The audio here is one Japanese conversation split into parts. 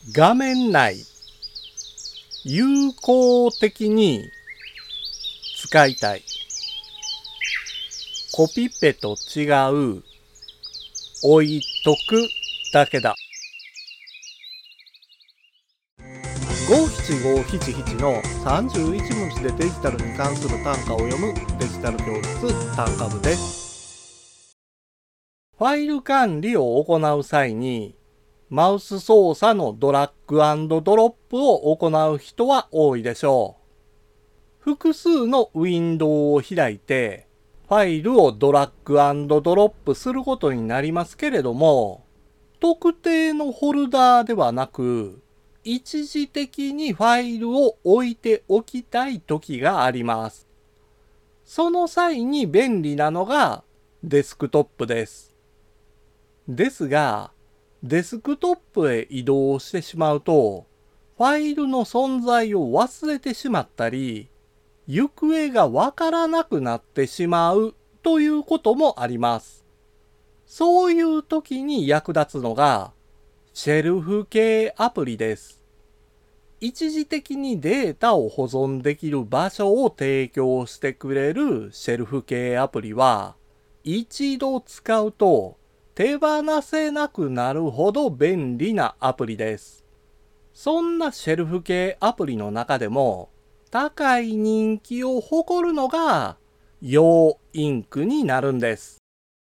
画面内有効的に使いたい。コピペと違う置いとくだけだ。57577の31文字でデジタルに関する単価を読むデジタル教室単価部です。ファイル管理を行う際にマウス操作のドラッグ&ドロップを行う人は多いでしょう。複数のウィンドウを開いてファイルをドラッグ&ドロップすることになりますけれども、特定のフォルダーではなく、一時的にファイルを置いておきたい時があります。その際に便利なのがデスクトップです。ですが、デスクトップへ移動してしまうと、ファイルの存在を忘れてしまったり、行方がわからなくなってしまうということもあります。そういう時に役立つのが、シェルフ系アプリです。一時的にデータを保存できる場所を提供してくれるシェルフ系アプリは、一度使うと手放せなくなるほど便利なアプリです。そんなシェルフ系アプリの中でも、高い人気を誇るのが、ヨーインクになるんです。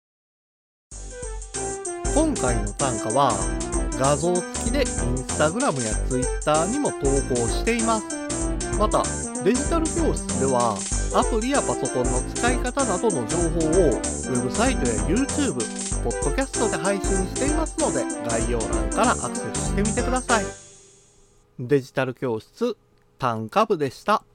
今回の単価は、画像付きでインスタグラムやツイッターにも投稿しています。また、デジタル教室では、アプリやパソコンの使い方などの情報を、ウェブサイトや YouTube、ポッドキャストで配信していますので、概要欄からアクセスしてみてください。デジタル教室単価部でした。